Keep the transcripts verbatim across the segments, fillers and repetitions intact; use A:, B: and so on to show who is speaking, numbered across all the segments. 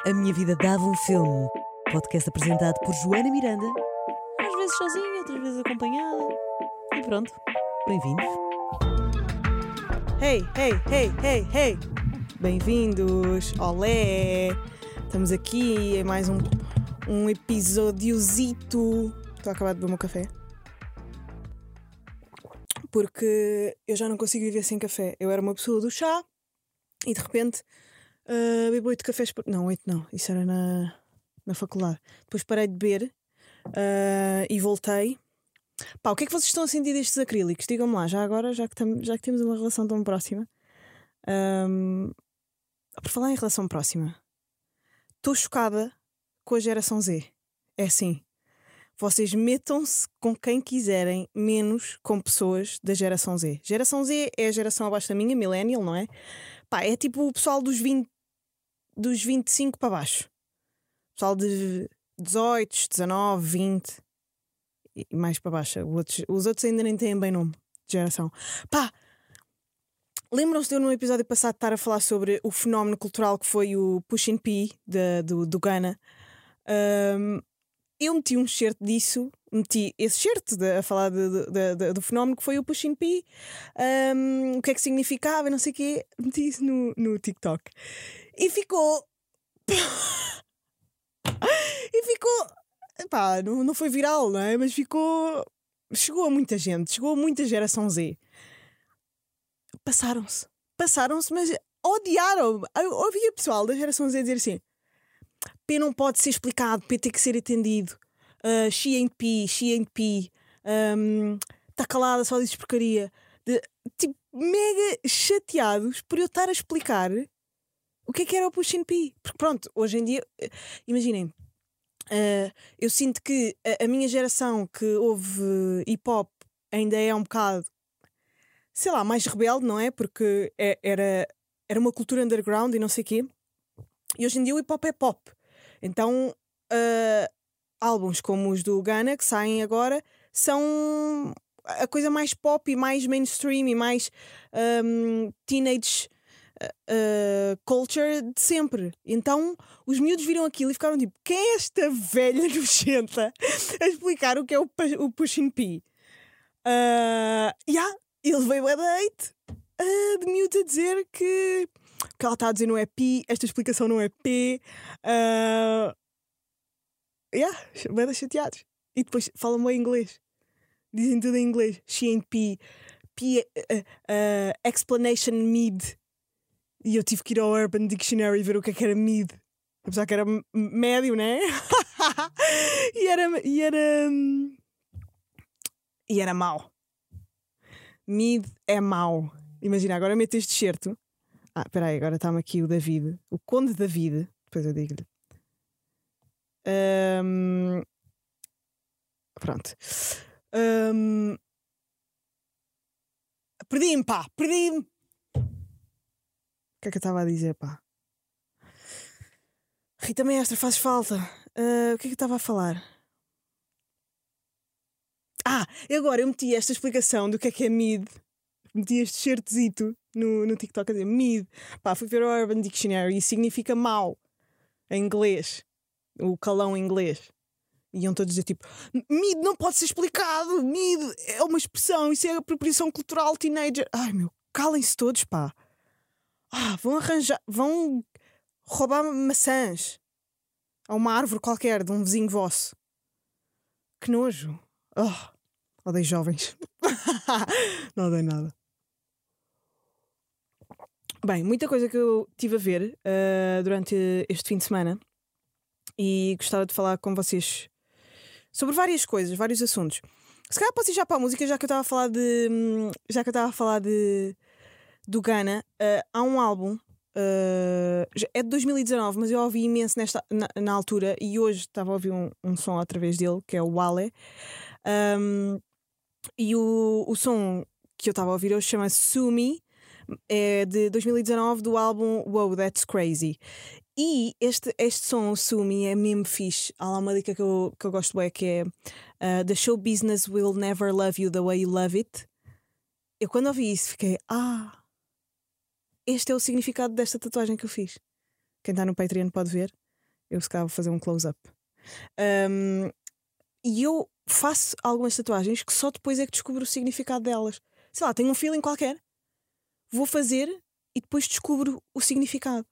A: A Minha Vida Dava um Filme. Podcast apresentado por Joana Miranda. Às vezes sozinha, outras vezes acompanhada. E pronto, bem-vindos.
B: Hey, hey, hey, hey, hey! Bem-vindos! Olé! Estamos aqui em mais um, um episódiozito. Estou a acabar de beber o meu café. Porque eu já não consigo viver sem café. Eu era uma pessoa do chá e de repente uh, bebo oito cafés por... Não, oito não. Isso era na, na faculdade. Depois parei de beber uh, e voltei. Pá, o que é que vocês estão a sentir destes acrílicos? Digam-me lá, já agora, já que, tam, já que temos uma relação tão próxima. Um, por falar em relação próxima, estou chocada com a geração Z. É assim. Vocês metam-se com quem quiserem, menos com pessoas da geração Z. Geração Z é a geração abaixo da minha, millennial, não é? Pá, é tipo o pessoal dos, vinte, dos vinte e cinco para baixo. Pessoal de dezoito, dezanove, vinte e mais para baixo. Os outros, os outros ainda nem têm bem nome de geração. Pá, lembram-se de eu no episódio passado estar a falar sobre o fenómeno cultural que foi o Pushing P de, do, do Ghana? Um, Eu meti um certo disso, meti esse certo de, a falar de, de, de, do fenómeno que foi o Pushing P, um, o que é que significava, não sei o quê, meti isso no, no TikTok e ficou. e ficou. Pá, não, não foi viral, não é? Mas ficou. Chegou a muita gente, chegou a muita geração Z. Passaram-se, passaram-se, mas odiaram. Havia pessoal da geração Z dizer assim: P não pode ser explicado, P tem que ser entendido. Uh, she ain't P, she ain't P. Está um, calada, só dizes porcaria. De, tipo, mega chateados por eu estar a explicar o que é que era o Pushing P. Porque pronto, hoje em dia, imaginem, uh, eu sinto que a, a minha geração que ouve hip-hop ainda é um bocado, sei lá, mais rebelde, não é? Porque é, era, era uma cultura underground e não sei o quê. E hoje em dia o hip-hop é pop. Então, uh, álbuns como os do Ghana, que saem agora, são a coisa mais pop e mais mainstream e mais um, teenage uh, culture de sempre. Então, os miúdos viram aquilo e ficaram tipo: quem é esta velha nojenta a explicar o que é o, o Pushing P? Uh, yeah, ele veio a date uh, de miúdos a dizer que o que ela está a dizer não é P, esta explicação não é P. Uh... Yeah, bem chateados. E depois falam em inglês. Dizem tudo em inglês. She ain't P. P uh, uh, explanation mid. E eu tive que ir ao Urban Dictionary ver o que é que era mid. Apesar que era médio, né? e era. E era. E era mau. Mid é mau. Imagina, agora meto este certo. Ah, espera aí, agora está-me aqui o David, o Conde David, depois eu digo-lhe. Um, pronto. Um, perdi-me, pá, perdi-me. O que é que eu estava a dizer, pá? Rita Mestre, fazes falta. Uh, o que é que eu estava a falar? Ah, e agora eu meti esta explicação do que é que é mid. Meti este certezito no, no TikTok a dizer mid. Pá, fui ver o Urban Dictionary e significa mau em inglês. O calão em inglês. E iam todos dizer tipo: mid não pode ser explicado. Mid é uma expressão. Isso é apropriação cultural teenager. Ai meu, calem-se todos, pá. Ah, vão arranjar, vão roubar maçãs a uma árvore qualquer de um vizinho vosso. Que nojo. Oh, odeio jovens. Não odeio nada. Bem, muita coisa que eu tive a ver uh, durante este fim de semana e gostava de falar com vocês sobre várias coisas, vários assuntos. Se calhar posso ir já para a música, já que eu estava a falar de. Já que eu estava a falar de. Do Ghana. Uh, há um álbum. Uh, é de dois mil e dezanove, mas eu ouvi imenso nesta, na, na altura e hoje estava a ouvir um, um som através dele, que é o Wale. Um, e o, o som que eu estava a ouvir hoje chama-se Sumi. É de dois mil e dezanove, do álbum Wow, That's Crazy. E este, este som, o Sumi, é mesmo fixe. Há lá uma dica que eu, que eu gosto bem, que é uh, The show business will never love you the way you love it. Eu quando ouvi isso fiquei: ah, este é o significado desta tatuagem que eu fiz. Quem está no Patreon pode ver. Eu se calhar vou fazer um close-up. Um, e eu faço algumas tatuagens que só depois é que descubro o significado delas. Sei lá, tenho um feeling qualquer, vou fazer e depois descubro o significado.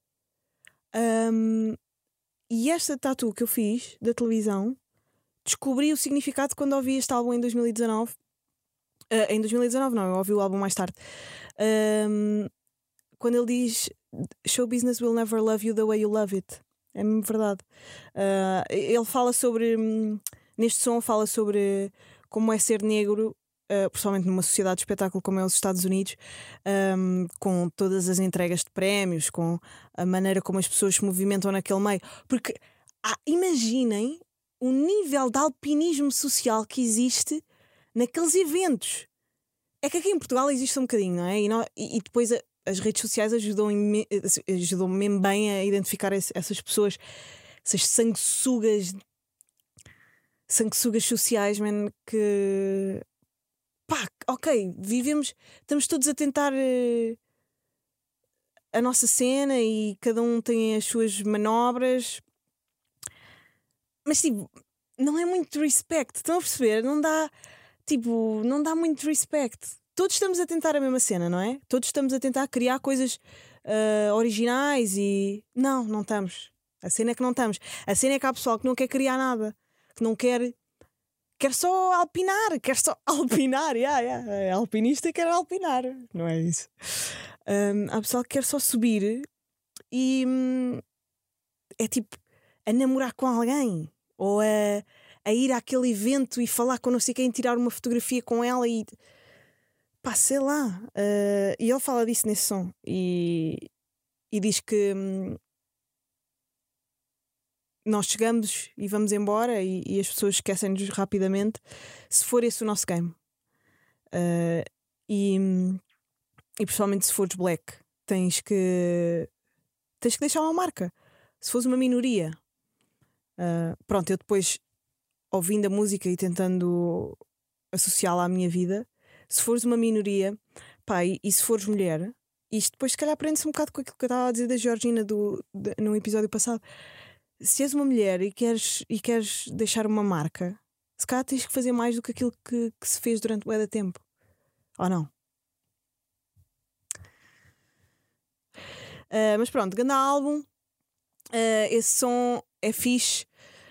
B: Um, e esta tatu que eu fiz da televisão, descobri o significado quando ouvi este álbum em dois mil e dezanove. Uh, em dois mil e dezanove não, eu ouvi o álbum mais tarde. Um, quando ele diz "Show business will never love you the way you love it". É mesmo verdade. Uh, ele fala sobre, neste som, fala sobre como é ser negro, uh, principalmente numa sociedade de espetáculo como é os Estados Unidos, um, com todas as entregas de prémios, com a maneira como as pessoas se movimentam naquele meio. Porque ah, imaginem o nível de alpinismo social que existe naqueles eventos. É que aqui em Portugal existe um bocadinho, não é? E, não, e, e depois a, as redes sociais ajudam, ajudam mesmo bem a identificar esse, essas pessoas, essas sanguessugas, sanguessugas sociais, man, que pá, ok, vivemos, estamos todos a tentar uh, a nossa cena e cada um tem as suas manobras, mas tipo, não é muito respect, estão a perceber? Não dá, tipo, não dá muito respect. Todos estamos a tentar a mesma cena, não é? Todos estamos a tentar criar coisas uh, originais e... Não, não estamos. A cena é que não estamos. A cena é que há pessoal que não quer criar nada. Que não quer... Quer só alpinar. Quer só alpinar. Yeah, yeah. É alpinista e quer alpinar. Não é isso. Um, há pessoal que quer só subir e... Hum, é tipo... A namorar com alguém. Ou a, a ir àquele evento e falar com não sei quem, tirar uma fotografia com ela e... Pá, sei lá. Uh, e ele fala disso nesse som. E, e diz que hum, nós chegamos e vamos embora e, e as pessoas esquecem-nos rapidamente se for esse o nosso game. Uh, e, e principalmente se fores black, tens que tens que deixar uma marca. Se fores uma minoria, uh, pronto, eu depois ouvindo a música e tentando associá-la à minha vida. Se fores uma minoria, pá, e, e se fores mulher, isto depois se calhar aprende-se um bocado com aquilo que eu estava a dizer da Georgina do, de, no episódio passado. Se és uma mulher e queres, e queres deixar uma marca, se calhar tens que fazer mais do que aquilo que, que se fez durante bué de tempo. Ou não? Uh, mas pronto, grande álbum. Uh, esse som é fixe.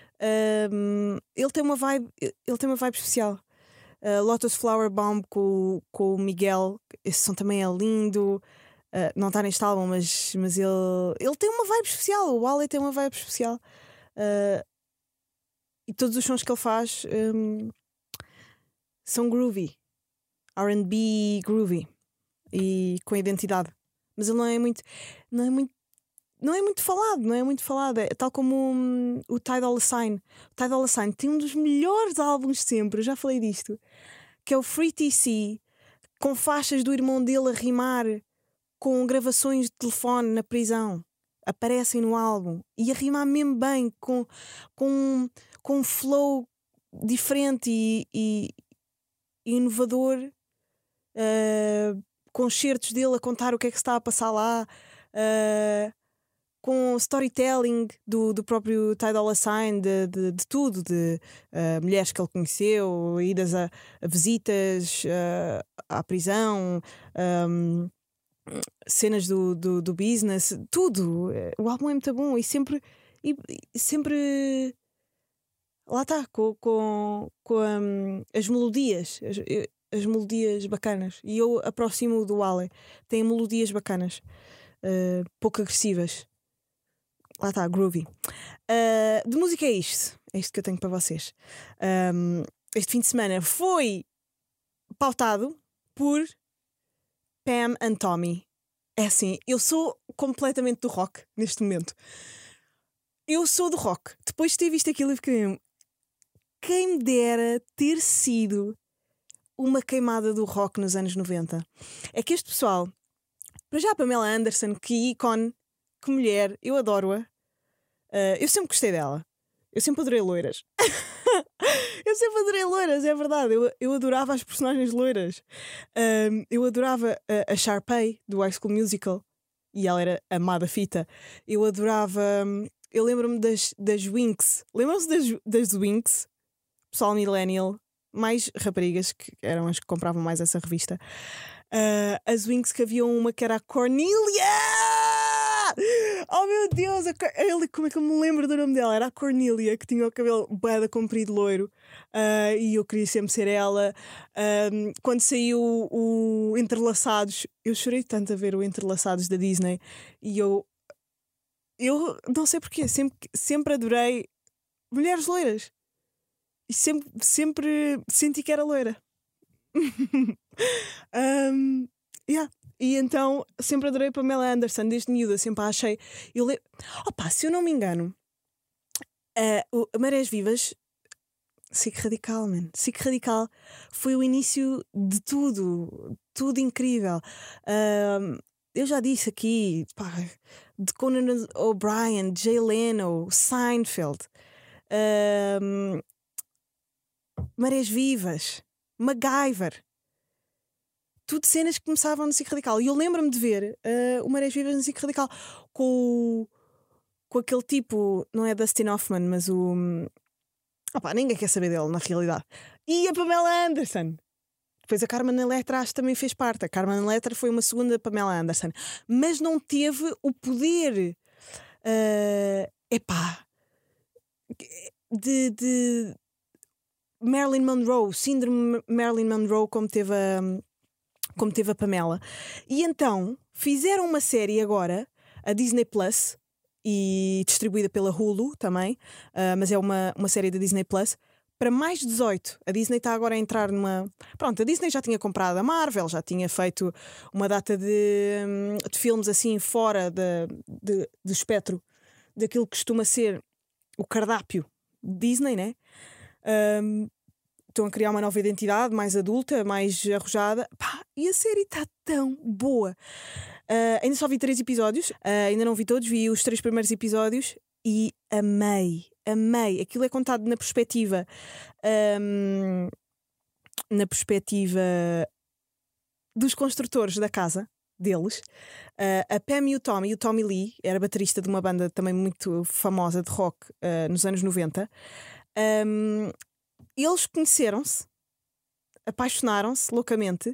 B: Uh, ele tem uma vibe, ele tem uma vibe especial. Uh, Lotus Flower Bomb com, com o Miguel, esse som também é lindo. Uh, não está neste álbum, mas, mas ele, ele tem uma vibe especial. O Wally tem uma vibe especial. Uh, e todos os sons que ele faz um, são groovy, R and B groovy e com identidade. Mas ele não é muito, não é muito, não é muito falado, não é muito falado. É tal como um, o Ty Dolla $ign. O Ty Dolla $ign tem um dos melhores álbuns de sempre, eu já falei disto, que é o Free T C, com faixas do irmão dele a rimar com gravações de telefone na prisão. Aparecem no álbum e a rimar mesmo bem, com, com, com um flow diferente e, e, e inovador, uh, concertos dele a contar o que é que se está a passar lá, uh, com storytelling do, do próprio Ty Dolla $ign, de, de, de tudo, de uh, mulheres que ele conheceu, idas a, a visitas uh, à prisão, um, cenas do, do, do business, tudo. O álbum é muito bom e sempre, e, e sempre lá está, com, com, com um, as melodias, as, as melodias bacanas. E eu aproximo do Wally, tem melodias bacanas, uh, pouco agressivas. Lá está, groovy. Uh, de música é isto. É isto que eu tenho para vocês. Um, este fim de semana foi pautado por Pam and Tommy. É assim, eu sou completamente do rock neste momento. Eu sou do rock. Depois de ter visto aquilo e fiquei, quem me dera ter sido uma queimada do rock nos anos noventa. É que este pessoal, para já a Pamela Anderson, que ícone, que mulher, eu adoro-a. Uh, eu sempre gostei dela. Eu sempre adorei loiras. Eu sempre adorei loiras, é verdade. Eu, eu adorava as personagens loiras. Um, eu adorava a, a Sharpay do High School Musical e ela era amada fita. Eu adorava. eu lembro-me das, das Winx. Lembram-se das, das Winx? Pessoal millennial, mais raparigas, que eram as que compravam mais essa revista. Uh, as Winx, que haviam uma que era a Cornelia! Oh meu Deus, a, ele, como é que eu me lembro do nome dela? Era a Cornelia, que tinha o cabelo bué comprido loiro, uh, e eu queria sempre ser ela. Um, quando saiu o, o Entrelaçados, eu chorei tanto a ver o Entrelaçados da Disney, e eu eu não sei porquê, sempre, sempre adorei mulheres loiras e sempre, sempre senti que era loira. um, yeah. E então sempre adorei Pamela Anderson, desde miúda, sempre a achei. Eu le... Opa, se eu não me engano, uh, o Marés Vivas, SIC Radical, man. SIC Radical foi o início de tudo, tudo incrível. Uh, eu já disse aqui, pá, de Conan O'Brien, Jay Leno, Seinfeld, uh, Marés Vivas, MacGyver. Tudo cenas que começavam no SIC Radical. E eu lembro-me de ver uh, o Marés Vivas no SIC Radical com, com aquele tipo, não é Dustin Hoffman, mas o. Opa, ninguém quer saber dele, na realidade. E a Pamela Anderson. Depois a Carmen Electra acho que também fez parte. A Carmen Electra foi uma segunda Pamela Anderson. Mas não teve o poder. Uh, epá. De, de Marilyn Monroe, síndrome Marilyn Monroe, como teve a. como teve a Pamela. E então fizeram uma série agora, a Disney Plus, e distribuída pela Hulu também, uh, mas é uma, uma série da Disney Plus, para mais de dezoito. A Disney está agora a entrar numa... Pronto, a Disney já tinha comprado a Marvel, já tinha feito uma data de, de filmes assim fora de, de, do espectro daquilo que costuma ser o cardápio Disney, né? Um, Estão a criar uma nova identidade, mais adulta, mais arrojada. Pá, e a série está tão boa. Uh, ainda só vi três episódios, uh, ainda não vi todos, vi os três primeiros episódios e amei, amei. Aquilo é contado na perspectiva, um, na perspectiva dos construtores da casa deles. Uh, a Pam e o Tommy, o Tommy Lee, era baterista de uma banda também muito famosa de rock uh, nos anos noventa. Um, Eles conheceram-se, apaixonaram-se loucamente,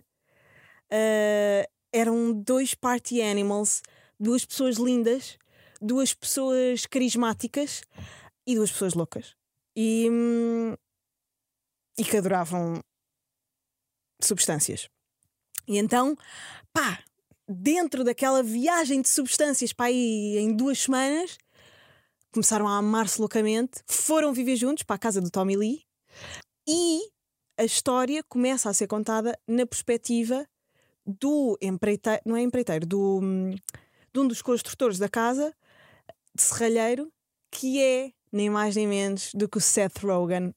B: uh, eram dois party animals, duas pessoas lindas, duas pessoas carismáticas e duas pessoas loucas. E, hum, e que adoravam substâncias. E então, pá, dentro daquela viagem de substâncias, pá, aí em duas semanas, começaram a amar-se loucamente, foram viver juntos para a casa do Tommy Lee. E a história começa a ser contada na perspectiva do empreiteiro, não é empreiteiro, do, de um dos construtores da casa, de serralheiro, que é nem mais nem menos do que o Seth Rogen,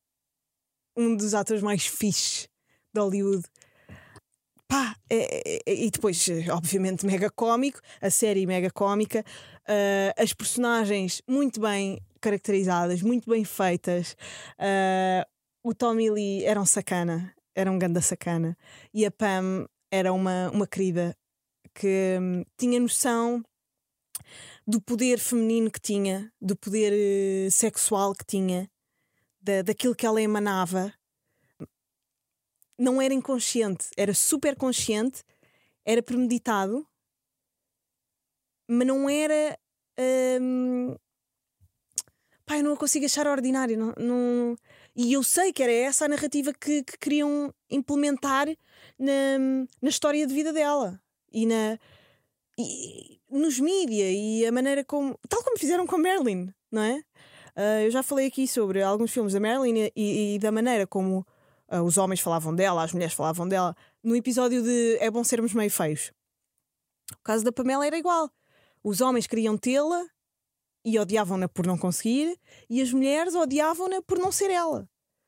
B: um dos atores mais fixes de Hollywood. Pá, é, é, e depois, obviamente, mega cómico, a série mega cómica, uh, as personagens muito bem caracterizadas, muito bem feitas. Uh, o Tommy Lee era um sacana, era um ganda sacana, e a Pam era uma, uma querida que hum, tinha noção do poder feminino que tinha, do poder uh, sexual que tinha, da, daquilo que ela emanava. Não era inconsciente, era super consciente, era premeditado, mas não era. Hum, pá, eu não a consigo achar ordinário. Não, não... E eu sei que era essa a narrativa que, que queriam implementar na, na história de vida dela e, na, e nos mídia e a maneira como. Tal como fizeram com a Marilyn, não é? Uh, eu já falei aqui sobre alguns filmes da Marilyn e, e da maneira como uh, os homens falavam dela, as mulheres falavam dela, no episódio de É Bom Sermos Meio Feios. O caso da Pamela era igual. Os homens queriam tê-la e odiavam-na por não conseguir, e as mulheres odiavam-na por não ser ela.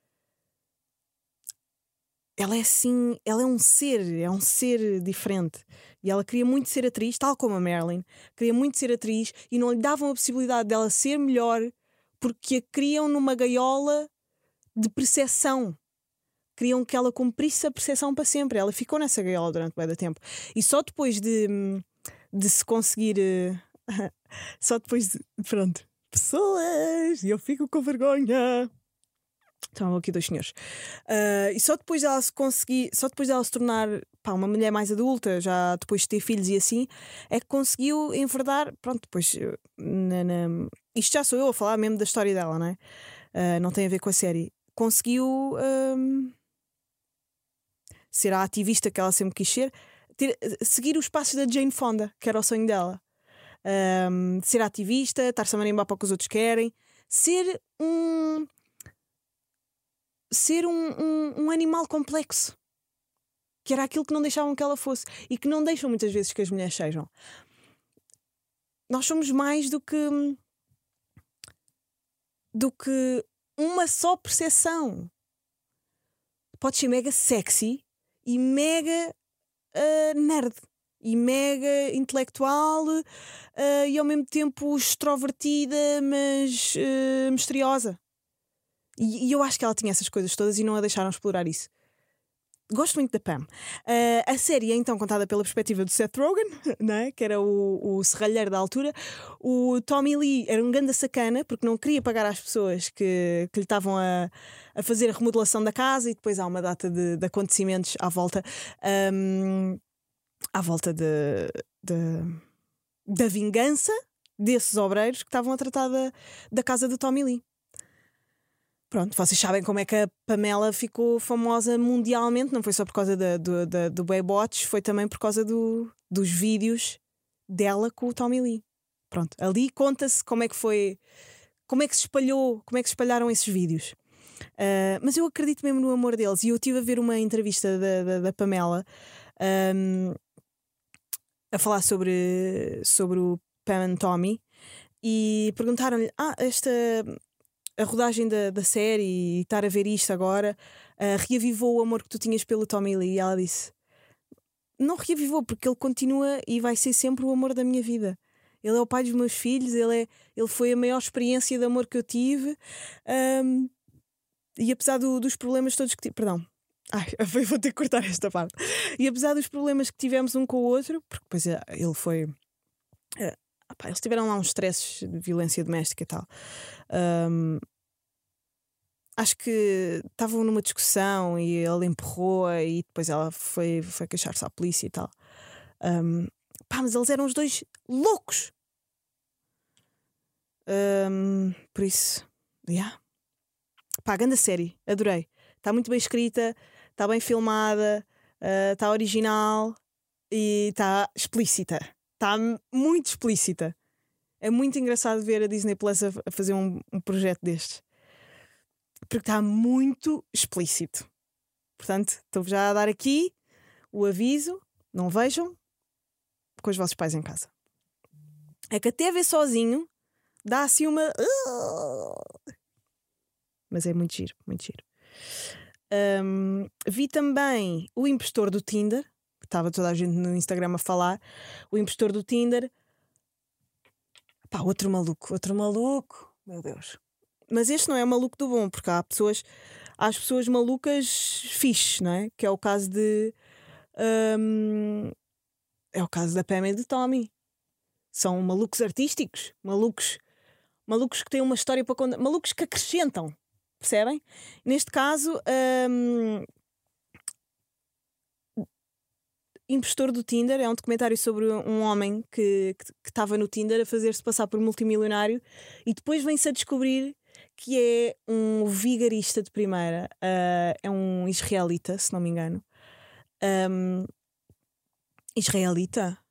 B: Ela é assim, ela é um ser, é um ser diferente. E ela queria muito ser atriz, tal como a Marilyn, queria muito ser atriz e não lhe davam a possibilidade dela ser melhor porque a queriam numa gaiola de percepção. Queriam que ela cumprisse a percepção para sempre. Ela ficou nessa gaiola durante bem tempo. E só depois de, de se conseguir... só depois de... Pronto. pessoas e eu fico com vergonha. Estavam aqui dois senhores. Uh, e só depois dela se conseguir, só depois dela se tornar pá, uma mulher mais adulta, já depois de ter filhos e assim, é que conseguiu enverdar. Pronto, depois. Na, na... Isto já sou eu a falar mesmo da história dela, não é? Uh, não tem a ver com a série. Conseguiu um, ser a ativista que ela sempre quis ser, ter, seguir os passos da Jane Fonda, que era o sonho dela. Um, ser ativista, estar-se a marimbar para o que os outros querem, ser um. ser um, um, um animal complexo, que era aquilo que não deixavam que ela fosse e que não deixam muitas vezes que as mulheres sejam. Nós somos mais do que do que uma só percepção. Pode ser mega sexy e mega uh, nerd e mega intelectual uh, e ao mesmo tempo extrovertida, mas uh, misteriosa. E, e eu acho que ela tinha essas coisas todas e não a deixaram explorar isso. Gosto muito da Pam. Uh, a série é então contada pela perspectiva do Seth Rogen, né? Que era o, o serralheiro da altura. O Tommy Lee era um ganda sacana porque não queria pagar às pessoas que, que lhe estavam a, a fazer a remodelação da casa, e depois há uma data de, de acontecimentos à volta um, à volta de, de, da vingança desses obreiros que estavam a tratar da, da casa do Tommy Lee. Pronto, vocês sabem como é que a Pamela ficou famosa mundialmente. Não foi só por causa da, do, da, do Baywatch, foi também por causa do, dos vídeos dela com o Tommy Lee. Pronto, ali conta-se como é que foi, como é que se espalhou, como é que se espalharam esses vídeos. Uh, mas eu acredito mesmo no amor deles. E eu estive a ver uma entrevista da, da, da Pamela um, a falar sobre, sobre o Pam and Tommy, e perguntaram-lhe: Ah, esta... a rodagem da, da série e estar a ver isto agora uh, reavivou o amor que tu tinhas pelo Tommy Lee? E ela disse: não reavivou, porque ele continua e vai ser sempre o amor da minha vida. Ele é o pai dos meus filhos, ele, é, ele foi a maior experiência de amor que eu tive, um, e apesar do, dos problemas todos que tive, perdão, ai, vou ter que cortar esta parte, e apesar dos problemas que tivemos um com o outro, porque depois ele foi uh, Pá, eles tiveram lá uns stresses de violência doméstica e tal. Um, acho que estavam numa discussão e ele empurrou-a e depois ela foi, foi queixar-se à polícia e tal. Um, pá, mas eles eram os dois loucos. Um, por isso, yeah. Pá, grande série, adorei. Está muito bem escrita, está bem filmada, está uh, original e está explícita. Está muito explícita. É muito engraçado ver a Disney Plus a, a fazer um, um projeto destes, porque está muito explícito. Portanto, estou já a dar aqui o aviso: não vejam com os vossos pais em casa. É que até ver sozinho dá assim uma... Mas é muito giro, muito giro. Um, vi também O Impostor do Tinder, que estava toda a gente no Instagram a falar. O Impostor do Tinder. Pá, outro maluco, outro maluco, meu Deus. Mas este não é maluco do bom, porque há pessoas, há as pessoas malucas fixe, não é? Que é o caso de um, é o caso da Pam e do Tommy. São malucos artísticos, malucos, malucos que têm uma história para contar, malucos que acrescentam, percebem? Neste caso, um, Impostor do Tinder é um documentário sobre um homem que estava no Tinder a fazer-se passar por multimilionário e depois vem-se a descobrir que é um vigarista de primeira. Uh, é um israelita, se não me engano. Um, israelita?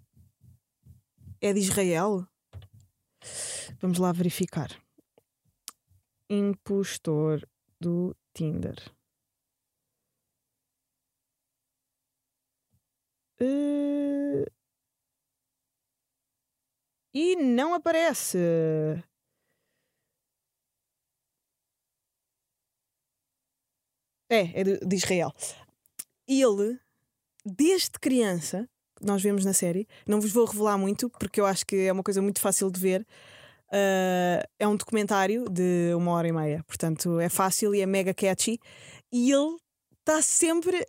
B: É de Israel? Vamos lá verificar. Impostor do Tinder. Uh... E não aparece. É, é de, de Israel. Ele, desde criança, nós vemos na série, não vos vou revelar muito porque eu acho que é uma coisa muito fácil de ver. Uh, é um documentário de uma hora e meia, portanto é fácil e é mega catchy. E ele está sempre...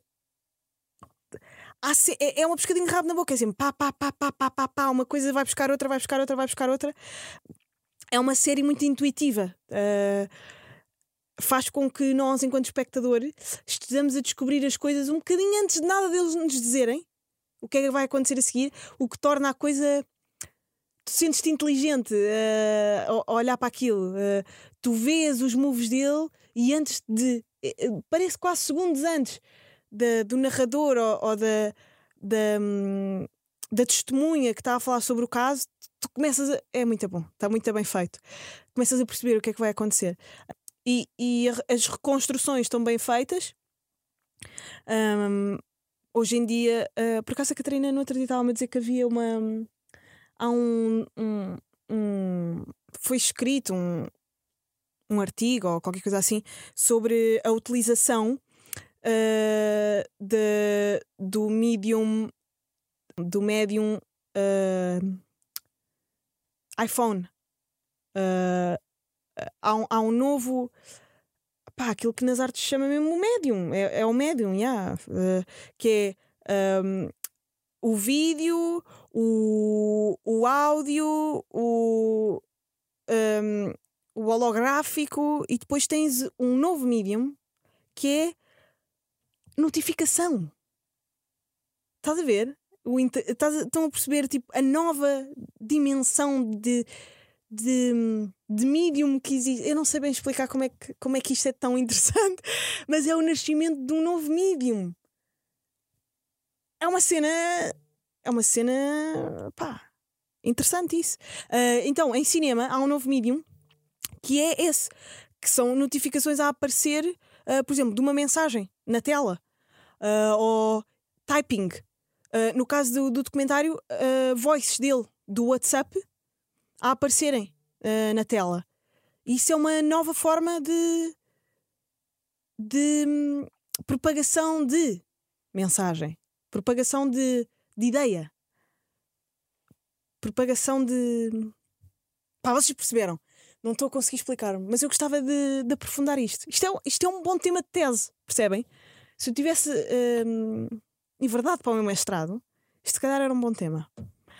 B: É uma pescadinha de rabo na boca, é sempre pá, pá, pá, pá, pá, pá, pá, uma coisa vai buscar outra, vai buscar outra, vai buscar outra. é uma série muito intuitiva. Uh, faz com que nós, enquanto espectador, estejamos a descobrir as coisas um bocadinho antes de nada deles nos dizerem o que é que vai acontecer a seguir, o que torna a coisa. Tu sentes-te inteligente uh, a olhar para aquilo. Uh, tu vês os moves dele e antes de. Uh, parece quase segundos antes de, do narrador ou, ou da, da, um, da testemunha que está a falar sobre o caso, tu começas a. É muito bom, está muito bem feito. Começas a perceber o que é que vai acontecer. E, e as reconstruções estão bem feitas. Um, hoje em dia, uh, por acaso a Catarina no outro dia estava-me a dizer que havia uma. Há um, um, um foi escrito um, um artigo ou qualquer coisa assim sobre a utilização uh, de, do medium do medium uh, iPhone. Uh, há, um, há um novo pá, aquilo que nas artes se chama mesmo o medium, é, é o medium, yeah, uh, que é um, o vídeo, o, o áudio, o, um, o holográfico, e depois tens um novo medium que é notificação. Estás a ver? O inter... Estás a... Estão a perceber tipo, a nova dimensão de, de, de medium que existe. Eu não sei bem explicar como é, que, como é que isto é tão interessante, mas é o nascimento de um novo medium. É uma cena. É uma cena. Pá, interessante isso. Uh, então, em cinema há um novo medium que é esse, que são notificações a aparecer, uh, por exemplo, de uma mensagem na tela, uh, ou typing. Uh, no caso do, do documentário, uh, voices dele, do WhatsApp, a aparecerem uh, na tela. Isso é uma nova forma de, de hum, propagação de mensagem. Propagação de, de ideia. Propagação de. Pá, vocês perceberam? Não estou a conseguir explicar, mas eu gostava de, de aprofundar isto. Isto é, isto é um bom tema de tese, percebem? Se eu tivesse hum, em verdade para o meu mestrado, isto se calhar era um bom tema.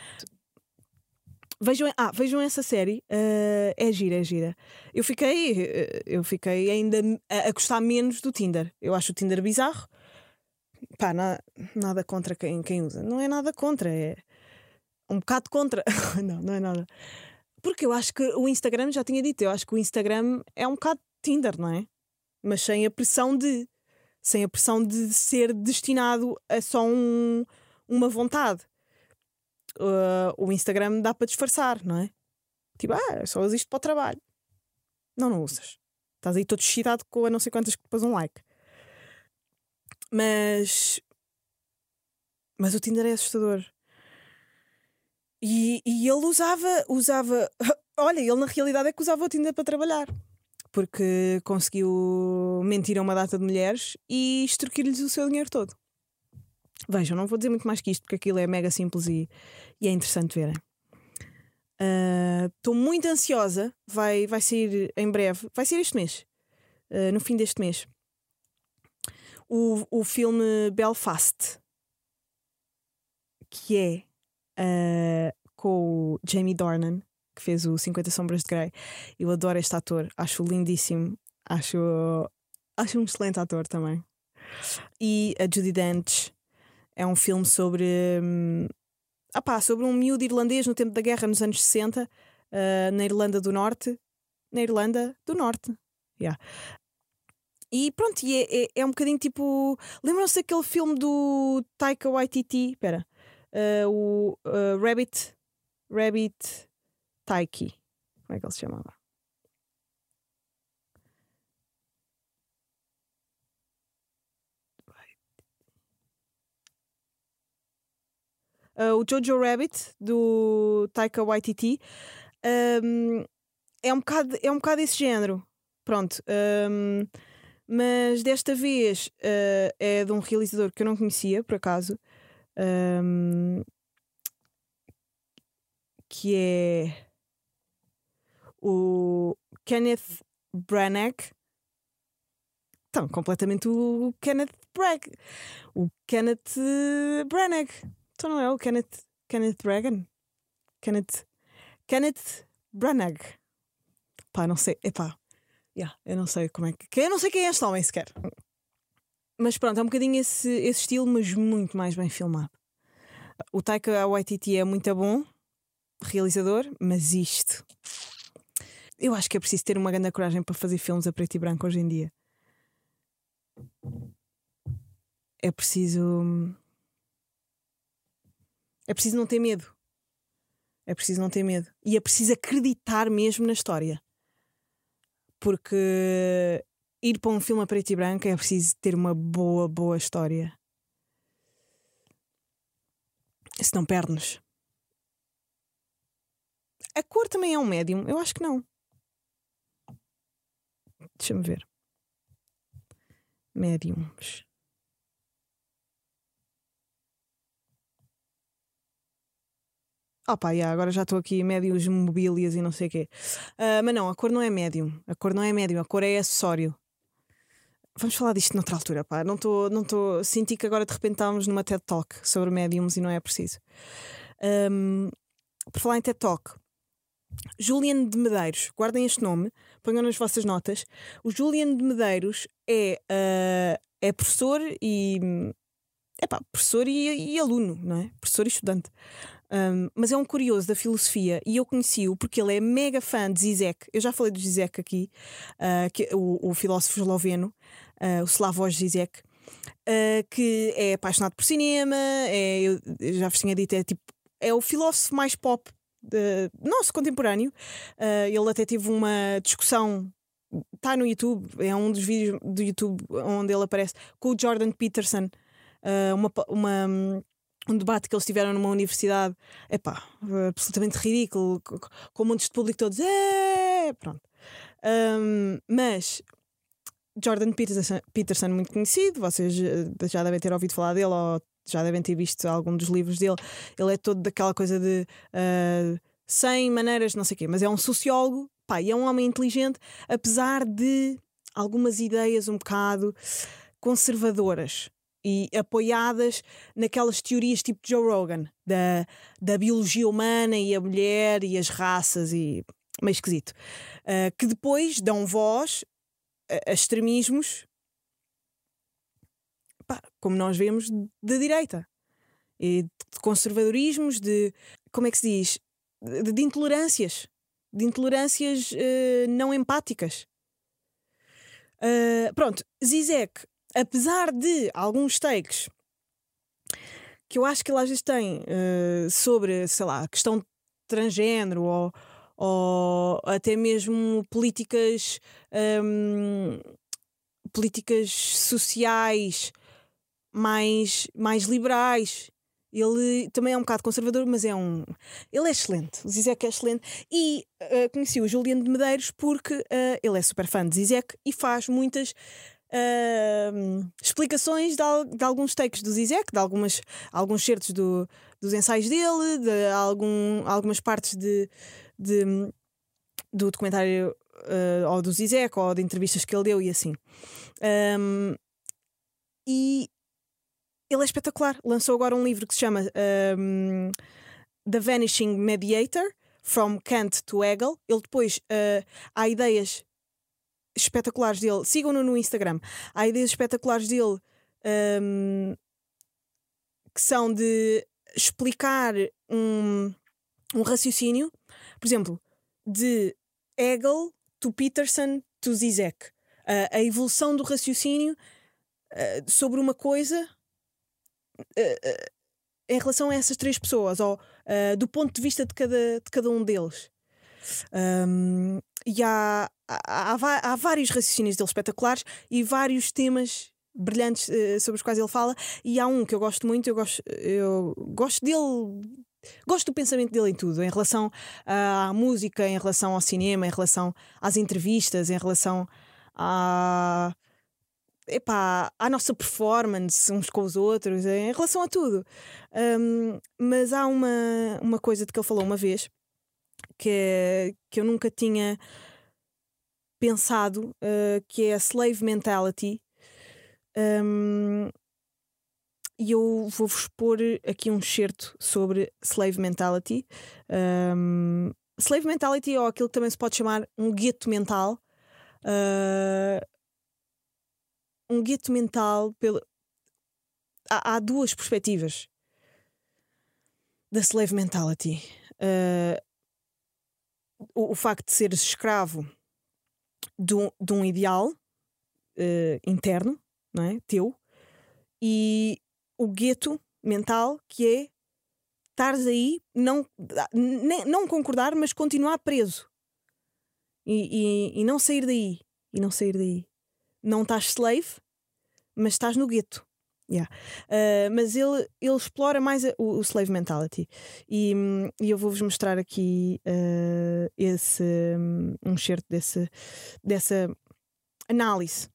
B: Vejam, ah, vejam essa série, uh, é gira, é gira. Eu fiquei, eu fiquei ainda a, a gostar menos do Tinder. Eu acho o Tinder bizarro. Pá, na, nada contra quem, quem usa. Não é nada contra, é um bocado contra. Não, não é nada. Porque eu acho que o Instagram, já tinha dito, eu acho que o Instagram é um bocado Tinder, não é? Mas sem a pressão de sem a pressão de ser destinado a só um, uma vontade. Uh, o Instagram dá para disfarçar, não é? Tipo, ah, só usas isto para o trabalho. Não, não usas. Estás aí todo excitado com a não sei quantas que depois um like. Mas mas o Tinder é assustador. E, e ele usava usava olha, ele na realidade é que usava o Tinder para trabalhar, porque conseguiu mentir a uma data de mulheres e extorquir-lhes o seu dinheiro todo. Vejam, não vou dizer muito mais que isto, porque aquilo é mega simples e, e é interessante verem. Estou uh, muito ansiosa. Vai, vai sair em breve. Vai ser este mês, uh, no fim deste mês, o, o filme Belfast, que é uh, com o Jamie Dornan, que fez o cinquenta Sombras de Grey. Eu adoro este ator, acho lindíssimo, acho, acho um excelente ator também. E a Judi Dench. É um filme sobre hum, opá, sobre um miúdo irlandês no tempo da guerra, nos anos sessenta, uh, na Irlanda do Norte. Na Irlanda do Norte. Yeah. E pronto, e é, é, é um bocadinho tipo. Lembram-se daquele filme do Taika Waititi? Espera. Uh, o uh, Rabbit. Rabbit Taiki. Como é que ele se chamava? Uh, o Jojo Rabbit, do Taika Waititi, um, é, um bocado, é um bocado esse género. Pronto. Um, mas desta vez uh, é de um realizador que eu não conhecia, por acaso, um, que é o Kenneth Branagh. Então, completamente o Kenneth Branagh. O Kenneth Branagh. Então não é o Kenneth Kenneth Reagan? Kenneth Kenneth Branagh. Pá, não sei. Epá, yeah, eu não sei como é que. Eu não sei quem é este homem sequer. Mas pronto, é um bocadinho esse, esse estilo, mas muito mais bem filmado. O Taika Waititi é muito bom realizador, mas isto. Eu acho que é preciso ter uma grande coragem para fazer filmes a preto e branco hoje em dia. É preciso. É preciso não ter medo. É preciso não ter medo. E é preciso acreditar mesmo na história. Porque ir para um filme a preto e branco é preciso ter uma boa, boa história. Senão perde-nos. A cor também é um médium? Eu acho que não. Deixa-me ver. Médiums. Opa, yeah, agora já estou aqui médios mobílias e não sei o quê. Uh, mas não, a cor não é médium. A cor não é médium, a cor é acessório. Vamos falar disto noutra altura, pá. Não estou, não estou. Senti que agora de repente estávamos numa TED Talk sobre médiums e não é preciso. Um, por falar em TED Talk, Julian de Medeiros, guardem este nome, ponham nas vossas notas. O Julian de Medeiros é, uh, é professor e. Epá, professor e, e aluno, não é? Professor e estudante. Um, mas é um curioso da filosofia e eu conheci-o porque ele é mega fã de Zizek. Eu já falei do Zizek aqui, uh, que, o, o filósofo esloveno, uh, o Slavoj Zizek, uh, que é apaixonado por cinema. É, eu, eu já vos tinha dito, é, tipo, é o filósofo mais pop de, nosso contemporâneo. Uh, ele até teve uma discussão. Está no YouTube, é um dos vídeos do YouTube onde ele aparece com o Jordan Peterson. Uh, uma, uma um debate que eles tiveram numa universidade, epá, absolutamente ridículo, com montes de público todos, é pronto. Um, mas Jordan Peterson, Peterson, muito conhecido, vocês já devem ter ouvido falar dele ou já devem ter visto algum dos livros dele. Ele é todo daquela coisa de uh, cem maneiras, não sei o quê, mas é um sociólogo, pá, e é um homem inteligente, apesar de algumas ideias um bocado conservadoras e apoiadas naquelas teorias tipo Joe Rogan, da, da biologia humana e a mulher e as raças, e meio esquisito, uh, que depois dão voz a, a extremismos, pá, como nós vemos, da direita, e de conservadorismos, de, como é que se diz, de, de intolerâncias, de intolerâncias uh, não empáticas. Uh, pronto, Zizek, apesar de alguns takes que eu acho que ele às vezes tem uh, sobre, sei lá, a questão de transgénero ou, ou até mesmo políticas um, políticas sociais mais, mais liberais, ele também é um bocado conservador, mas é um ele é excelente, o Zizek é excelente. E uh, conheci o Juliano de Medeiros porque uh, ele é super fã de Zizek e faz muitas Uh, explicações de, de alguns takes do Zizek, de algumas, alguns certos do, dos ensaios dele, de algum, algumas partes de, de, do documentário uh, ou do Zizek ou de entrevistas que ele deu e assim. Um, e ele é espetacular. Lançou agora um livro que se chama um, The Vanishing Mediator, From Kant to Hegel. Ele depois uh, há ideias espetaculares dele, sigam-no no Instagram. Há ideias espetaculares dele um, que são de explicar um, um raciocínio, por exemplo, de Hegel to Peterson to Zizek, uh, a evolução do raciocínio uh, sobre uma coisa uh, uh, em relação a essas três pessoas, ou uh, do ponto de vista de cada, de cada um deles. Um, e há, há, há, há vários raciocínios dele espetaculares e vários temas brilhantes uh, sobre os quais ele fala. E há um que eu gosto muito, eu gosto, eu gosto dele, gosto do pensamento dele em tudo, em relação à música, em relação ao cinema, em relação às entrevistas, em relação à, epá, à nossa performance uns com os outros, em relação a tudo. Um, mas há uma, uma coisa de que ele falou uma vez que, que eu nunca tinha pensado, uh, que é a slave mentality. Um, e eu vou-vos pôr aqui um excerto sobre slave mentality. Um, slave mentality, ou aquilo que também se pode chamar um gueto mental. Uh, um gueto mental. Pelo... Há, há duas perspectivas da slave mentality. Uh, o, o facto de seres escravo de um, de um ideal uh, interno, não é? Teu, e o gueto mental, que é estares aí, não, nem, não concordar, mas continuar preso e, e, e não sair daí. E não sair daí. Não estás slave, mas estás no gueto. Yeah. Uh, mas ele, ele explora mais a, o, o slave mentality. E, e eu vou-vos mostrar aqui uh, esse, um excerto desse, dessa análise.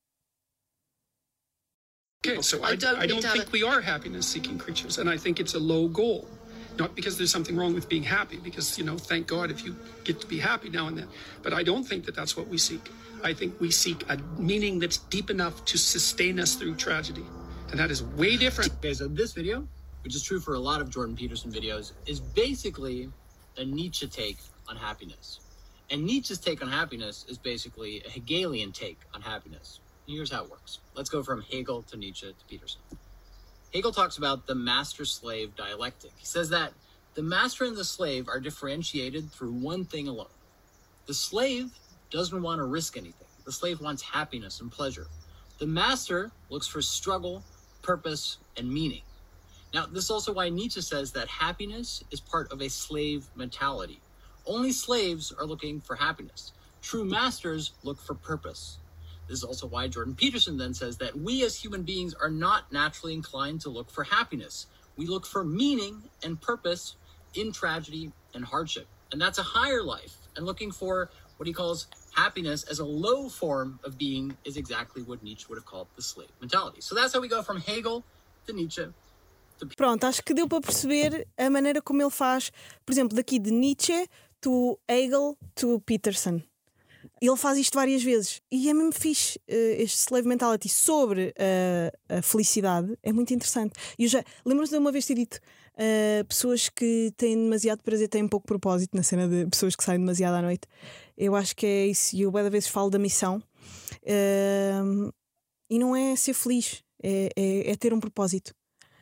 C: Okay, so I, I don't, I don't think we are happiness-seeking creatures, and I think it's a low goal. Not because there's something wrong with being happy, because, you know, thank God if you get to be happy now and then. But I don't think that that's what we seek. I think we seek a meaning that's deep enough to sustain us through tragedy. And that is way different.
D: Okay, so this video, which is true for a lot of Jordan Peterson videos, is basically a Nietzsche take on happiness. And Nietzsche's take on happiness is basically a Hegelian take on happiness. Here's how it works. Let's go from Hegel to Nietzsche to Peterson. Hegel talks about the master-slave dialectic. He says that the master and the slave are differentiated through one thing alone. The slave doesn't want to risk anything. The slave wants happiness and pleasure. The master looks for struggle, purpose, and meaning. Now, this is also why Nietzsche says that happiness is part of a slave mentality. Only slaves are looking for happiness. True masters look for purpose. This is also why Jordan Peterson then says that we as human beings are not naturally inclined to look for happiness. We look for meaning and purpose in tragedy and hardship. And that's a higher life. And looking for what he calls happiness as a low form of being is exactly what Nietzsche would have called the slave mentality. So that's how we go from Hegel to Nietzsche. To...
B: Pronto, acho que deu para perceber a maneira como ele faz, por exemplo, daqui de Nietzsche to Hegel to Peterson. Ele faz isto várias vezes e é mesmo fixe. Uh, este slave mentality sobre uh, a felicidade é muito interessante. E eu já lembro-me de uma vez ter dito uh, pessoas que têm demasiado prazer têm pouco propósito, na cena de pessoas que saem demasiado à noite. Eu acho que é isso. E eu várias vezes falo da missão uh, e não é ser feliz, é, é, é ter um propósito.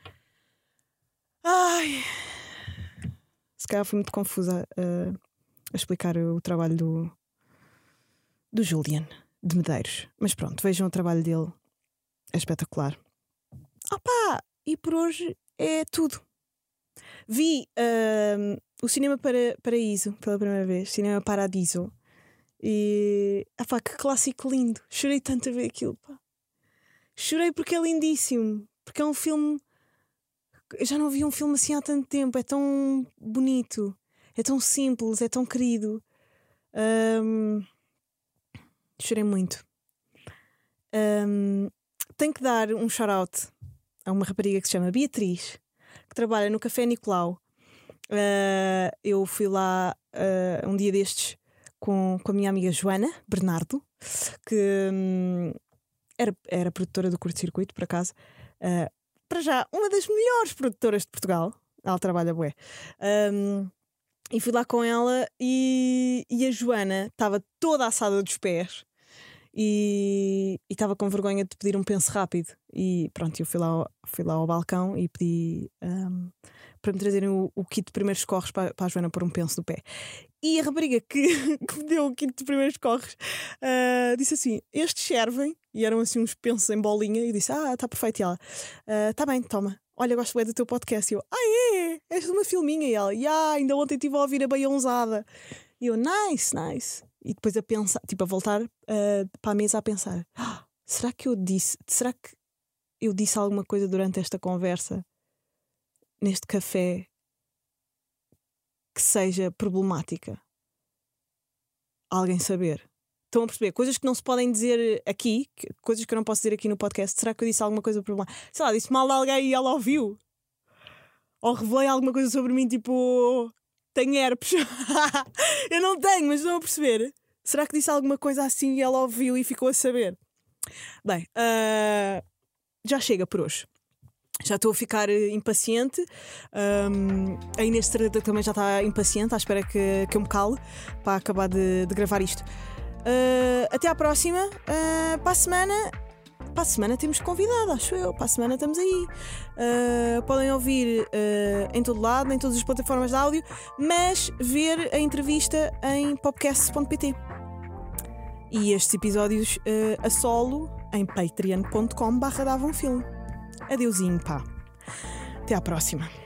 B: Ai, se calhar fui muito confusa uh, a explicar o trabalho do do Julian de Medeiros, mas pronto, vejam o trabalho dele, é espetacular. Opa, e por hoje é tudo. Vi uh, o Cinema para, Paraíso pela primeira vez, Cinema Paradiso, e opa, que clássico lindo. Chorei tanto a ver aquilo, pá. Chorei porque é lindíssimo, porque é um filme. Eu já não vi um filme assim há tanto tempo. É tão bonito, é tão simples, é tão querido. Um, Chorei muito. Um, tenho que dar um shout-out a uma rapariga que se chama Beatriz, que trabalha no Café Nicolau. Uh, eu fui lá uh, um dia destes com, com a minha amiga Joana Bernardo, que um, era, era produtora do Curto-Circuito, por acaso. Uh, para já, uma das melhores produtoras de Portugal. Ela trabalha bué. Um, e fui lá com ela e, e a Joana estava toda assada dos pés. E estava com vergonha de pedir um penso rápido. E pronto, eu fui lá ao, fui lá ao balcão e pedi um, para me trazerem o, o kit de primeiros corres para, para a Joana pôr um penso do pé. E a rapariga que, que me deu o kit de primeiros corres uh, disse assim: estes servem. E eram assim uns pensos em bolinha. E disse: ah, está perfeito. E ela: está uh, bem, toma. Olha, gosto bem do teu podcast. E eu: ah, é? És de uma filminha. E ela: ah, ainda ontem estive a ouvir a Beionzada. E eu: nice, nice. E depois a pensar, tipo a voltar uh, para a mesa a pensar: ah, será que eu disse, será que eu disse alguma coisa durante esta conversa neste café que seja problemática? Alguém saber? Estão a perceber? Coisas que não se podem dizer aqui, que, coisas que eu não posso dizer aqui no podcast. Será que eu disse alguma coisa problemática? Sei lá, disse mal de alguém e ela ouviu? Ou revelei alguma coisa sobre mim, tipo... tenho herpes. Eu não tenho, mas estão a perceber? Será que disse alguma coisa assim e ela ouviu e ficou a saber? Bem, uh, já chega por hoje. Já estou a ficar impaciente. Um, a Inês Estrada também já está impaciente, à espera que, que eu me cale para acabar de, de gravar isto. Uh, até à próxima. Uh, para a semana. Para a semana temos convidado, acho eu. Para a semana estamos aí. Uh, podem ouvir uh, em todo lado, em todas as plataformas de áudio, mas ver a entrevista em popcast ponto pt. E estes episódios uh, a solo em patreon ponto com barra dava um filme. Adeusinho, pá. Até à próxima.